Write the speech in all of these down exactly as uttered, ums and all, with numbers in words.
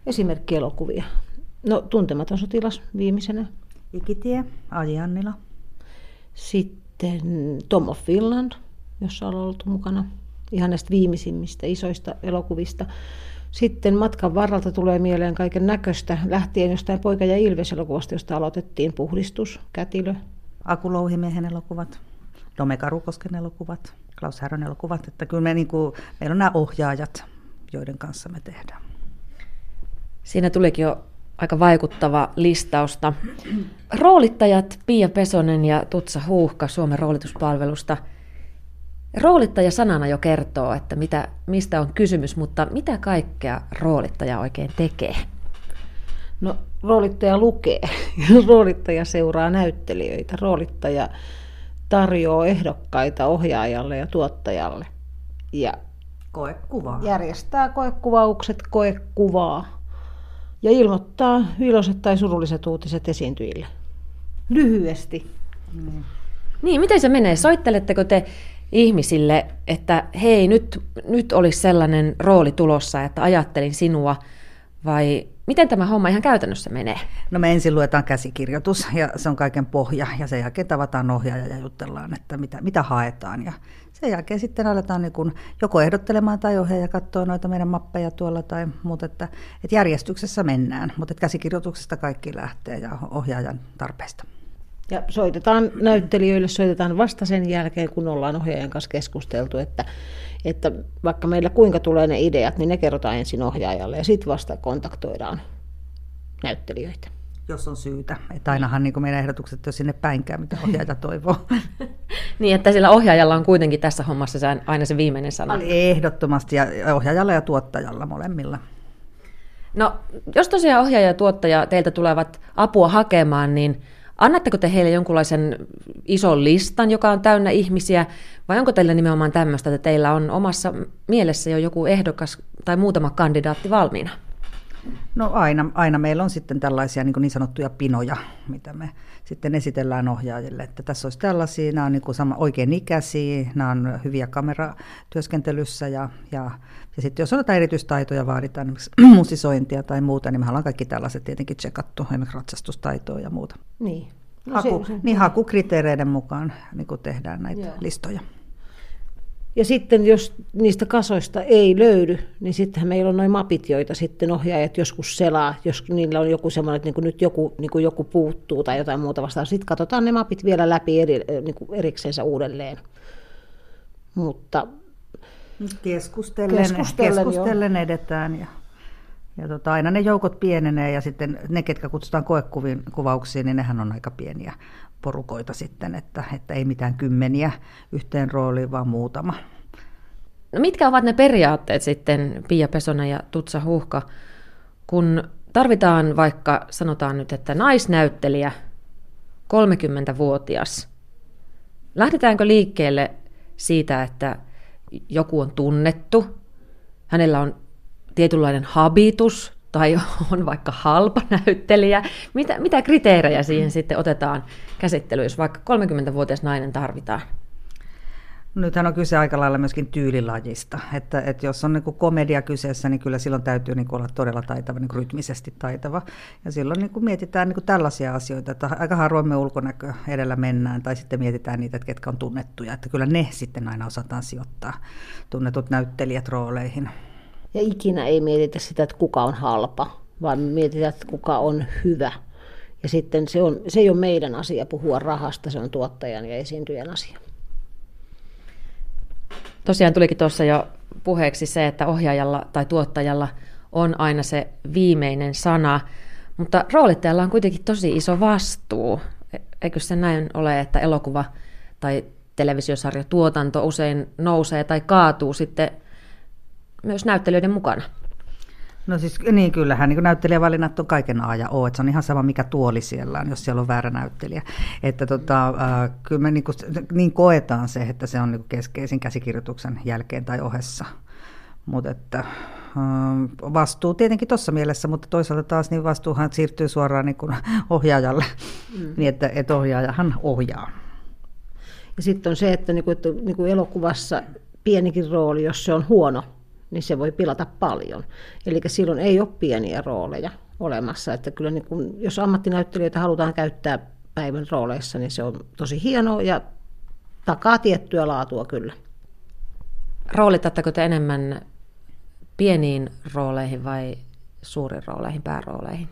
Esimerkkielokuvia. No, Tuntematon sotilas viimeisenä. Ikitie, Aji Annila. Sitten Tom of Finland, jossa on oltu mukana. Ihan näistä viimeisimmistä isoista elokuvista. Sitten matkan varrelta tulee mieleen kaiken näköistä, lähtien jostain Poika ja Ilves-elokuvasta, josta aloitettiin Puhdistus, Kätilö. Aku Louhimiehen elokuvat, Dome Karukosken elokuvat, Klaus Härön elokuvat. Että kyllä me, niin kuin, meillä on nämä ohjaajat, joiden kanssa me tehdään. Siinä tulikin jo aika vaikuttava listausta. Roolittajat Pia Pesonen ja Tutsa Huuhka Suomen roolituspalvelusta. Roolittaja sanana jo kertoo, että mitä, mistä on kysymys, mutta mitä kaikkea roolittaja oikein tekee? No, roolittaja lukee, roolittaja seuraa näyttelijöitä, roolittaja tarjoaa ehdokkaita ohjaajalle ja tuottajalle. Ja koekuvaa. Järjestää koekuvaukset, koekuvaa ja ilmoittaa iloiset tai surulliset uutiset esiintyjille. Lyhyesti. Mm. Niin, miten se menee? Soitteletteko te ihmisille, että hei, nyt, nyt olisi sellainen rooli tulossa, että ajattelin sinua, vai miten tämä homma ihan käytännössä menee? No me ensin luetaan käsikirjoitus ja se on kaiken pohja ja sen jälkeen tavataan ohjaaja ja jutellaan, että mitä, mitä haetaan ja sen jälkeen sitten aletaan niin kuin joko ehdottelemaan tai ohjaaja katsoo noita meidän mappeja tuolla tai muuta, että, että järjestyksessä mennään, mutta että käsikirjoituksesta kaikki lähtee ja ohjaajan tarpeesta. Ja soitetaan näyttelijöille, soitetaan vasta sen jälkeen, kun ollaan ohjaajan kanssa keskusteltu, että, että vaikka meillä kuinka tulee ne ideat, niin ne kerrotaan ensin ohjaajalle ja sitten vasta kontaktoidaan näyttelijöitä. Jos on syytä. Että ainahan niin kuin meidän ehdotukset on sinne päinkään, mitä ohjaaja toivoo. Niin, että sillä ohjaajalla on kuitenkin tässä hommassa aina se viimeinen sana. Ehdottomasti, ja ohjaajalla ja tuottajalla molemmilla. No, jos tosiaan ohjaaja ja tuottaja teiltä tulevat apua hakemaan, niin annatteko te heille jonkunlaisen ison listan, joka on täynnä ihmisiä, vai onko teillä nimenomaan tämmöistä, että teillä on omassa mielessä jo joku ehdokas tai muutama kandidaatti valmiina? No aina, aina meillä on sitten tällaisia niin, niin sanottuja pinoja, mitä me sitten esitellään ohjaajille, että tässä olisi tällaisia, nämä on niin kuin sama, oikein ikäisiä, nämä on hyviä kameratyöskentelyssä ja, ja, ja sitten jos on jotain erityistaitoja vaaditaan, esimerkiksi musisointia tai muuta, niin me ollaan kaikki tällaiset tietenkin tsekattu, esimerkiksi ratsastustaitoa ja muuta. Niin, no Haku, se, se, niin hakukriteereiden mukaan niin kuin tehdään näitä Joo. listoja. Ja sitten jos niistä kasoista ei löydy, niin sittenhän meillä on noin mapit, joita sitten ohjaajat joskus selaa, jos niillä on joku semmoinen, että niin nyt joku, niin joku puuttuu tai jotain muuta vastaan. Sitten katsotaan ne mapit vielä läpi eri, niin eriksensä uudelleen. Mutta keskustellen, keskustellen, keskustellen edetään ja, ja tota, aina ne joukot pienenee ja sitten ne, ketkä kutsutaan koekuvauksiin, niin nehän on aika pieniä porukoita sitten, että, että ei mitään kymmeniä yhteen rooliin, vaan muutama. No mitkä ovat ne periaatteet sitten, Pia Pesonen ja Tutsa Huuhka, kun tarvitaan vaikka, sanotaan nyt, että naisnäyttelijä, kolmekymmentävuotias. Lähdetäänkö liikkeelle siitä, että joku on tunnettu, hänellä on tietynlainen habitus, tai on vaikka halpa näyttelijä. Mitä, mitä kriteerejä siihen sitten otetaan käsittelyyn, jos vaikka kolmekymmentävuotias nainen tarvitaan? Nythän on kyse aika lailla myöskin tyylilajista. Että, että jos on niin kuin komedia kyseessä, niin kyllä silloin täytyy niin kuin olla todella taitava, niin kuin rytmisesti taitava. Ja silloin niin kuin mietitään niin kuin tällaisia asioita, että aika harvoin me ulkonäkö edellä mennään, tai sitten mietitään niitä, että ketkä on tunnettuja. Että kyllä ne sitten aina osataan sijoittaa tunnetut näyttelijät rooleihin. Ja ikinä ei mietitä sitä, että kuka on halpa, vaan mietitään, että kuka on hyvä. Ja sitten se, on, se ei ole meidän asia puhua rahasta, se on tuottajan ja esiintyjän asia. Tosiaan tulikin tuossa jo puheeksi se, että ohjaajalla tai tuottajalla on aina se viimeinen sana, mutta roolittajalla on kuitenkin tosi iso vastuu. Eikö se näin ole, että elokuva tai televisiosarja tuotanto usein nousee tai kaatuu sitten myös näyttelijöiden mukana? No siis niin kyllähän niin näyttelijävalinnat on kaiken A ja O, että se on ihan sama mikä tuoli siellä on, jos siellä on väärä näyttelijä. Että tota, äh, kyllä me niin, kuin, niin koetaan se, että se on niin keskeisin käsikirjoituksen jälkeen tai ohessa. Mutta että äh, vastuu tietenkin tuossa mielessä, mutta toisaalta taas niin vastuuhan siirtyy suoraan niin kuin ohjaajalle, mm. niin että, että ohjaajahan ohjaa. Ja sitten on se, että, niin kuin, että niin kuin elokuvassa pienikin rooli, jos se on huono, niin se voi pilata paljon. Eli silloin ei ole pieniä rooleja olemassa. Että kyllä niin kun, jos ammattinäyttelijöitä halutaan käyttää päivän rooleissa, niin se on tosi hienoa ja takaa tiettyä laatua kyllä. Roolitatteko te enemmän pieniin rooleihin vai suuriin rooleihin, päärooleihin?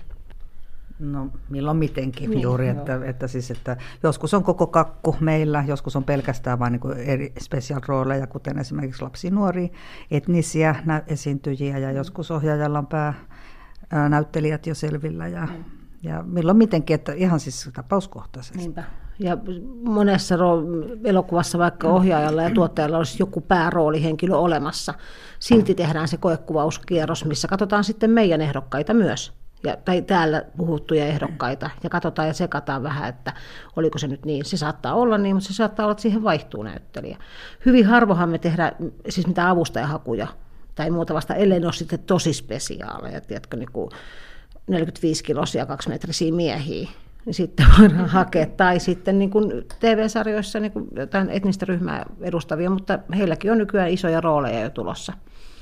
No milloin mitenkin niin, juuri, että, että, siis, että joskus on koko kakku meillä, joskus on pelkästään vain niin eri special-rooleja, kuten esimerkiksi lapsia, nuoria, etnisiä esiintyjiä ja joskus ohjaajalla on päänäyttelijät jo selvillä ja, mm. ja milloin mitenkin, että ihan siis tapauskohtaisesti. Niinpä. Ja monessa elokuvassa vaikka ohjaajalla ja tuottajalla olisi joku pääroolihenkilö olemassa. Silti tehdään se koekuvauskierros, missä katsotaan sitten meidän ehdokkaita myös. Ja, tai täällä puhuttuja ehdokkaita, ja katsotaan ja sekataan vähän, että oliko se nyt niin. Se saattaa olla niin, mutta se saattaa olla, että siihen vaihtuu näyttelijä. Hyvin harvohan me tehdään siis mitään avustajahakuja tai muuta vasta, ellei ne ole sitten tosi spesiaaleja, tiedätkö, niin kuin neljäkymmentäviisi kilosia, kaksimetrisiä miehiä, niin sitten voidaan hakea. Tai sitten niin kuin T V-sarjoissa niin kuin jotain etnistä ryhmää edustavia, mutta heilläkin on nykyään isoja rooleja jo tulossa.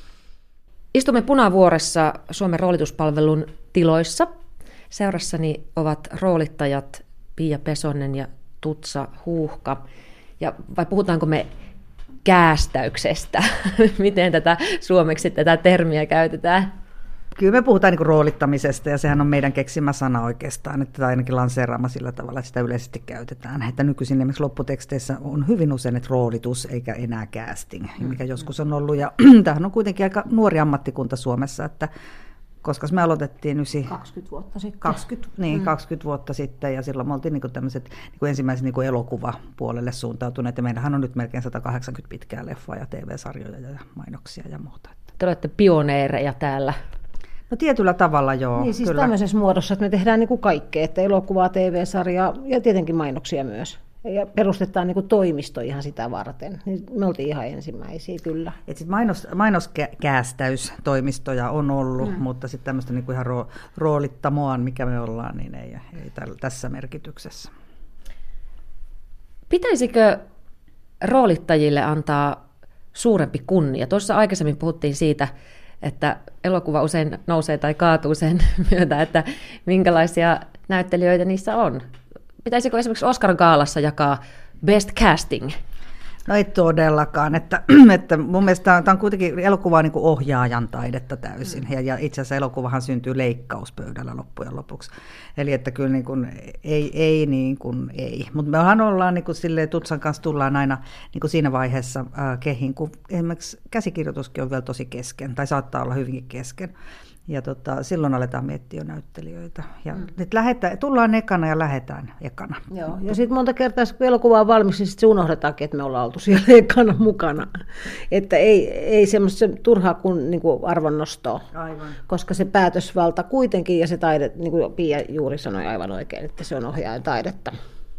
Istumme Punavuoressa Suomen roolituspalvelun tiloissa. Seurassani ovat roolittajat Pia Pesonen ja Tutsa Huuhka. Ja vai puhutaanko me käästäyksestä? Miten tätä suomeksi tätä termiä käytetään? Kyllä me puhutaan niin roolittamisesta, ja sehän on meidän keksimä sana oikeastaan, että ainakin lanseeraama sillä tavalla, että sitä yleisesti käytetään. Että nykyisin esimerkiksi lopputeksteissä on hyvin usein, että roolitus eikä enää casting, mikä joskus on ollut. Ja tämähän on kuitenkin aika nuori ammattikunta Suomessa, että koska me aloitettiin ysi, kaksikymmentä vuotta sitten. kaksikymmentä, niin, mm. kaksikymmentä vuotta sitten, ja silloin me oltiin niin tämmöiset niin ensimmäiset niin elokuvapuolelle suuntautuneet, ja meillähän on nyt melkein sata kahdeksankymmentä pitkää leffaa ja T V-sarjoja ja mainoksia ja muuta. Te olette pioneereja täällä. No tietyllä tavalla joo. Niin siis kyllä. Tämmöisessä muodossa, että me tehdään niin kuin kaikkea, että elokuvaa, T V-sarjaa ja tietenkin mainoksia myös. Ja perustetaan niin kuin toimisto ihan sitä varten. Niin me oltiin ihan ensimmäisiä kyllä. Et sit mainos, mainoskäästäystoimistoja on ollut, mm. mutta sitten tämmöistä niin kuin ihan ro, roolittamoaan, mikä me ollaan, niin ei, ei täl, tässä merkityksessä. Pitäisikö roolittajille antaa suurempi kunnia? Tuossa aikaisemmin puhuttiin siitä, että elokuva usein nousee tai kaatuu sen myötä, että minkälaisia näyttelijöitä niissä on. Pitäisikö esimerkiksi Oscar-gaalassa jakaa best casting? No ei todellakaan, että, että mun mielestä tämä on kuitenkin elokuvaa niin kuin ohjaajan taidetta täysin, ja, ja itse asiassa elokuvahan syntyy leikkauspöydällä loppujen lopuksi. Eli että kyllä niin kuin ei, ei niin kuin ei. Mutta mehän ollaan niin kuin silleen, Tutsan kanssa tullaan aina niin kuin siinä vaiheessa ää, kehiin, kun esimerkiksi käsikirjoituskin on vielä tosi kesken, tai saattaa olla hyvinkin kesken. Ja tota, silloin aletaan miettiä jo näyttelijöitä. Ja mm. nyt lähetään, tullaan ekana ja lähdetään ekana. Joo. Ja sitten monta kertaa, kun elokuva on valmis, niin sitten se unohdetaankin, että me ollaan oltu siellä ekana mukana. Että ei, ei semmoista turhaa kuin, niin kuin arvonnostoa. Aivan. Koska se päätösvalta kuitenkin ja se taide, niin kuin Pia juuri sanoi aivan oikein, että se on ohjaajan taidetta.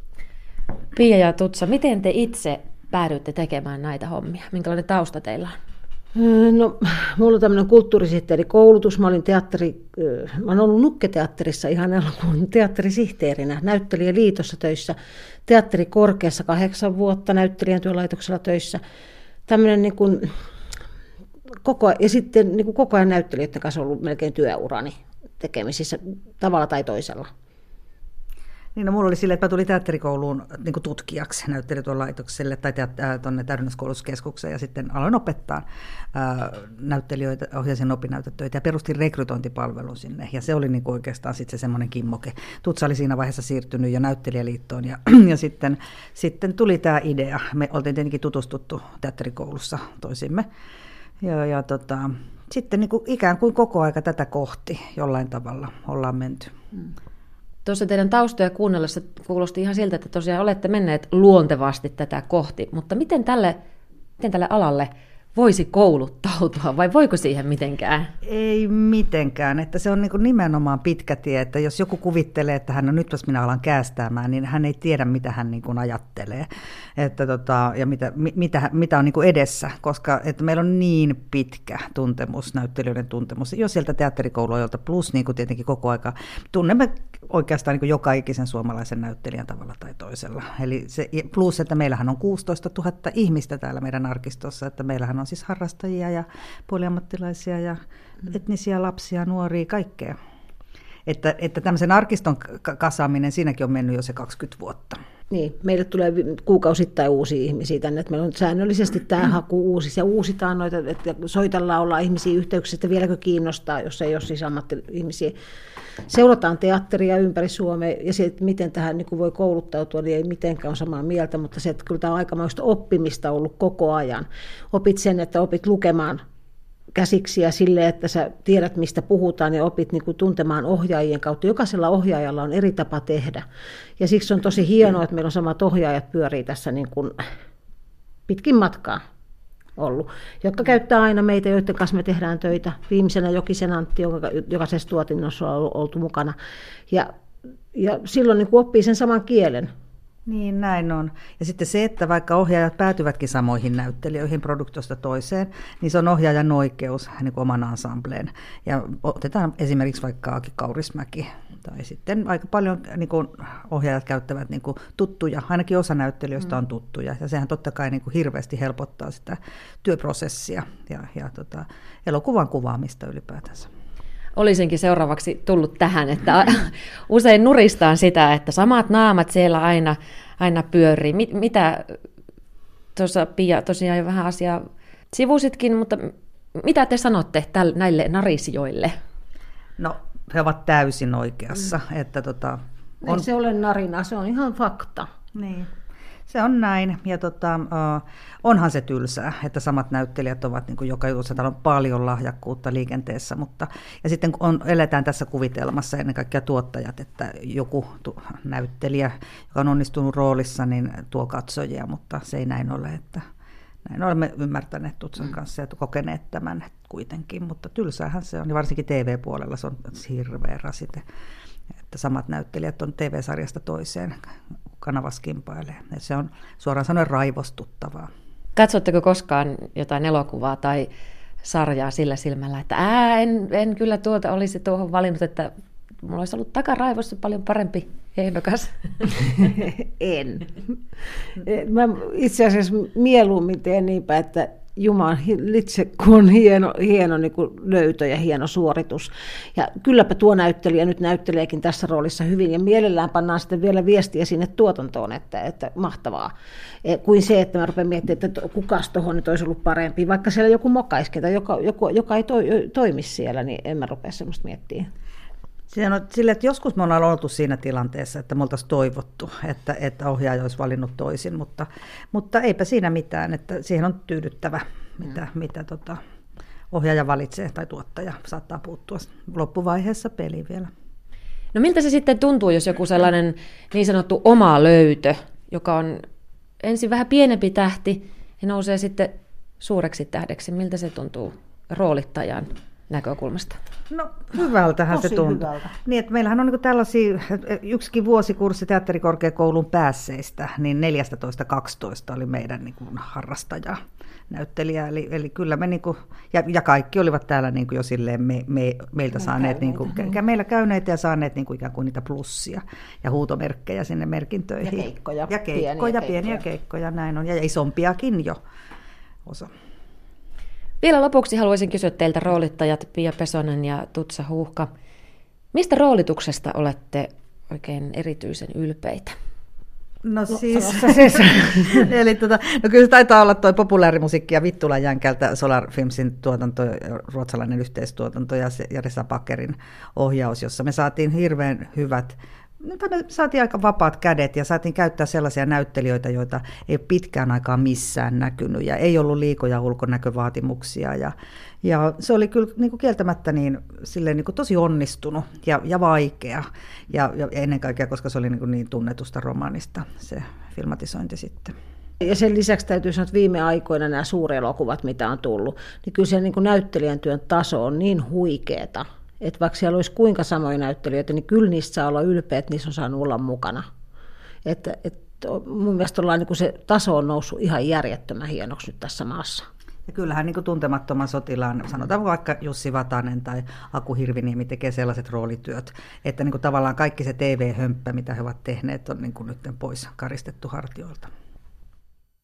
Pia ja Tutsa, miten te itse päädyitte tekemään näitä hommia? Minkälainen tausta teillä on? No, mulla on tämmöinen kulttuurisihteerikoulutus. Mä olin teatteri, mä olen ollut Nukketeatterissa ihan elokuun teatterisihteerinä, näyttelijäliitossa töissä, teatterikorkeassa kahdeksan vuotta, näyttelijän työlaitoksella töissä. Tämmöinen niin kuin, koko, ja sitten niin kuin koko ajan näyttelijöiden kanssa ollut melkein työurani tekemisissä tavalla tai toisella. Niin, no, mulla oli silleen, että mä tulin teatterikouluun niin kuin tutkijaksi näyttelijätyölaitokselle tai tuonne täydennyskoulutuskeskukseen ja sitten aloin opettaa ää, näyttelijöitä, ohjasin opinnäytetöitä ja perustin rekrytointipalvelun sinne. Ja se oli niin kuin oikeastaan sitten se semmoinen kimmoke. Tutsa oli siinä vaiheessa siirtynyt jo näyttelijäliittoon ja, ja sitten, sitten tuli tämä idea. Me oltiin tietenkin tutustuttu teatterikoulussa toisimme ja, ja tota, sitten niin kuin ikään kuin koko aika tätä kohti jollain tavalla ollaan menty. Mm. Tuossa teidän taustoja kuunnellessa kuulosti ihan siltä, että tosiaan olette menneet luontevasti tätä kohti, mutta miten tälle, miten tälle alalle voisi kouluttautua vai voiko siihen mitenkään? Ei mitenkään, että se on niin kuin nimenomaan pitkä tie, että jos joku kuvittelee, että hän on nyt jos minä alan käästäämään, niin hän ei tiedä mitä hän niin kuin ajattelee että tota, ja mitä, mitä, mitä on niin kuin edessä, koska että meillä on niin pitkä tuntemus, näyttelijöiden tuntemus, jo sieltä teatterikouluajalta plus niin kuin tietenkin koko aika tunnemme oikeastaan niin kuin joka ikisen suomalaisen näyttelijän tavalla tai toisella. Eli se, plus, että meillähän on kuusitoistatuhatta ihmistä täällä meidän arkistossa, että meillähän on siis harrastajia ja puoliammattilaisia ja etnisiä lapsia, nuoria, kaikkea. Että, että tämmöisen arkiston kasaaminen, siinäkin on mennyt jo se kaksikymmentä vuotta. Niin, meille tulee kuukausittain uusia ihmisiä tänne, että meillä on säännöllisesti tämä haku uusi, ja uusitaan noita, että soitellaan, ollaan ihmisiä yhteyksissä, että vieläkö kiinnostaa, jos ei ole siis ammatti-ihmisiä. Seurataan teatteria ympäri Suomea, ja se, että miten tähän niin voi kouluttautua, niin ei mitenkään ole samaa mieltä, mutta se, että kyllä tämä on aikamoista oppimista ollut koko ajan. Opit sen, että opit lukemaan käsiksiä silleen, että sä tiedät, mistä puhutaan ja opit niin kuin tuntemaan ohjaajien kautta. Jokaisella ohjaajalla on eri tapa tehdä. Ja siksi on tosi hienoa, että meillä on samat ohjaajat pyörii tässä niin kuin pitkin matkaa ollut, jotka käyttää aina meitä, joiden kanssa me tehdään töitä. Viimeisenä Jokisen Antti, joka jokaisessa tuotannossa on oltu mukana. Ja, ja silloin niin kuin oppii sen saman kielen. Niin, näin on. Ja sitten se, että vaikka ohjaajat päätyvätkin samoihin näyttelijöihin produktiosta toiseen, niin se on ohjaajan oikeus niin kuin oman ensembleen. Ja otetaan esimerkiksi vaikka Aaki Kaurismäki, tai sitten aika paljon niin kuin ohjaajat käyttävät niin kuin tuttuja, ainakin osa näyttelijöistä on tuttuja, ja sehän totta kai niin kuin hirveästi helpottaa sitä työprosessia ja, ja tota, elokuvan kuvaamista ylipäätänsä. Olisinkin seuraavaksi tullut tähän, että usein nuristaan sitä, että samat naamat siellä aina, aina pyörii. Mit, mitä tuossa Pia tosiaan jo vähän asiaa sivusitkin, mutta mitä te sanotte tälle, näille narisijoille? No, he ovat täysin oikeassa. Mm. Että tota, on... Ei se ole narina, se on ihan fakta. Niin. Se on näin, ja tota, uh, onhan se tylsää, että samat näyttelijät ovat niin kuin joka jutussa, täällä on paljon lahjakkuutta liikenteessä, mutta ja sitten on, eletään tässä kuvitelmassa ennen kaikkea tuottajat, että joku tu, näyttelijä, joka on onnistunut roolissa, niin tuo katsojia, mutta se ei näin ole, että näin olemme ymmärtäneet Tutsan kanssa ja kokeneet tämän kuitenkin, mutta tylsäähän se on, ja varsinkin T V-puolella se on hirveä rasite, että samat näyttelijät on T V-sarjasta toiseen kanavassa kimpailee. Se on suoraan sanoen raivostuttavaa. Katsotteko koskaan jotain elokuvaa tai sarjaa sillä silmällä, että ää, en, en kyllä tuota olisi tuohon valinnut, että mulla olisi ollut takaraivossa paljon parempi ehdokas? En. Mä itse asiassa mieluummin teen niinpä, että Jumalan litse, kun on hieno, hieno niin kuin löytö ja hieno suoritus. Ja kylläpä tuo näyttelijä nyt näytteleekin tässä roolissa hyvin, ja mielellään pannaan sitten vielä viestiä sinne tuotantoon, että, että mahtavaa. E, kuin se, että mä rupean miettimään, että kukas tuohon nyt olisi ollut parempi. Vaikka siellä joku mokaiskin tai joka, joku, joka ei to, toimi siellä, niin en mä rupea semmoista miettimään. Siinä on sille, että joskus me ollaan oltu siinä tilanteessa, että me oltaisiin toivottu, että, että ohjaaja olisi valinnut toisin, mutta, mutta eipä siinä mitään, että siihen on tyydyttävä, mitä, mm. mitä tota, ohjaaja valitsee tai tuottaja saattaa puuttua loppuvaiheessa peliin vielä. No miltä se sitten tuntuu, jos joku sellainen niin sanottu oma löytö, joka on ensin vähän pienempi tähti ja nousee sitten suureksi tähdeksi, miltä se tuntuu roolittajan näkökulmasta? No hyvältähän Tosi se tuntuu. Hyvältä. Niin, että meillähän on niin tällaisia, yksikin vuosikurssi teatterikorkeakoulun päässeistä, niin neljätoista kaksitoista oli meidän niin kuin harrastaja näyttelijä, eli, eli kyllä me, niin kuin, ja, ja kaikki olivat täällä niin kuin jo silleen me, me, meiltä me saaneet, niin kuin, niin. meillä käyneet ja saaneet niin kuin ikään kuin niitä plussia ja huutomerkkejä sinne merkintöihin. Ja keikkoja. Ja keikkoja, pieniä, pieniä keikkoja. keikkoja, näin on, ja isompiakin jo osa. Vielä lopuksi haluaisin kysyä teiltä roolittajat Pia Pesonen ja Tutsa Huuhka. Mistä roolituksesta olette oikein erityisen ylpeitä? No siis, siis eli tota, no kyllä se taitaa olla tuo populaarimusiikki ja Vittula Jänkältä Solar Filmsin tuotanto, ruotsalainen yhteistuotanto ja Resa Packerin ohjaus, jossa me saatiin hirveän hyvät, me saatiin aika vapaat kädet ja saatiin käyttää sellaisia näyttelijöitä, joita ei ole pitkään aikaan missään näkynyt ja ei ollut liikoja ulkonäkövaatimuksia ja, ja se oli kyllä niin kuin kieltämättä niin, silleen, niin kuin tosi onnistunut ja, ja vaikea ja, ja ennen kaikkea, koska se oli niin, kuin niin tunnetusta romaanista se filmatisointi sitten. Ja sen lisäksi täytyy sanoa, että viime aikoina nämä suurelokuvat, mitä on tullut, niin kyllä se niin kuin näyttelijän työn taso on niin huikeeta, että vaikka siellä olisi kuinka samoja näyttelijöitä, niin kyllä niistä saa olla ylpeä, että niissä on saanut olla mukana. Että, että mun mielestä ollaan, niin kuin se taso on noussut ihan järjettömän hienoksi nyt tässä maassa. Ja kyllähän niin kuin tuntemattoman sotilaan, sanotaan vaikka Jussi Vatanen tai Aku Hirviniemi tekee sellaiset roolityöt, että niin kuin tavallaan kaikki se T V-hömppä, mitä he ovat tehneet, on niin kuin nyt pois karistettu hartioilta.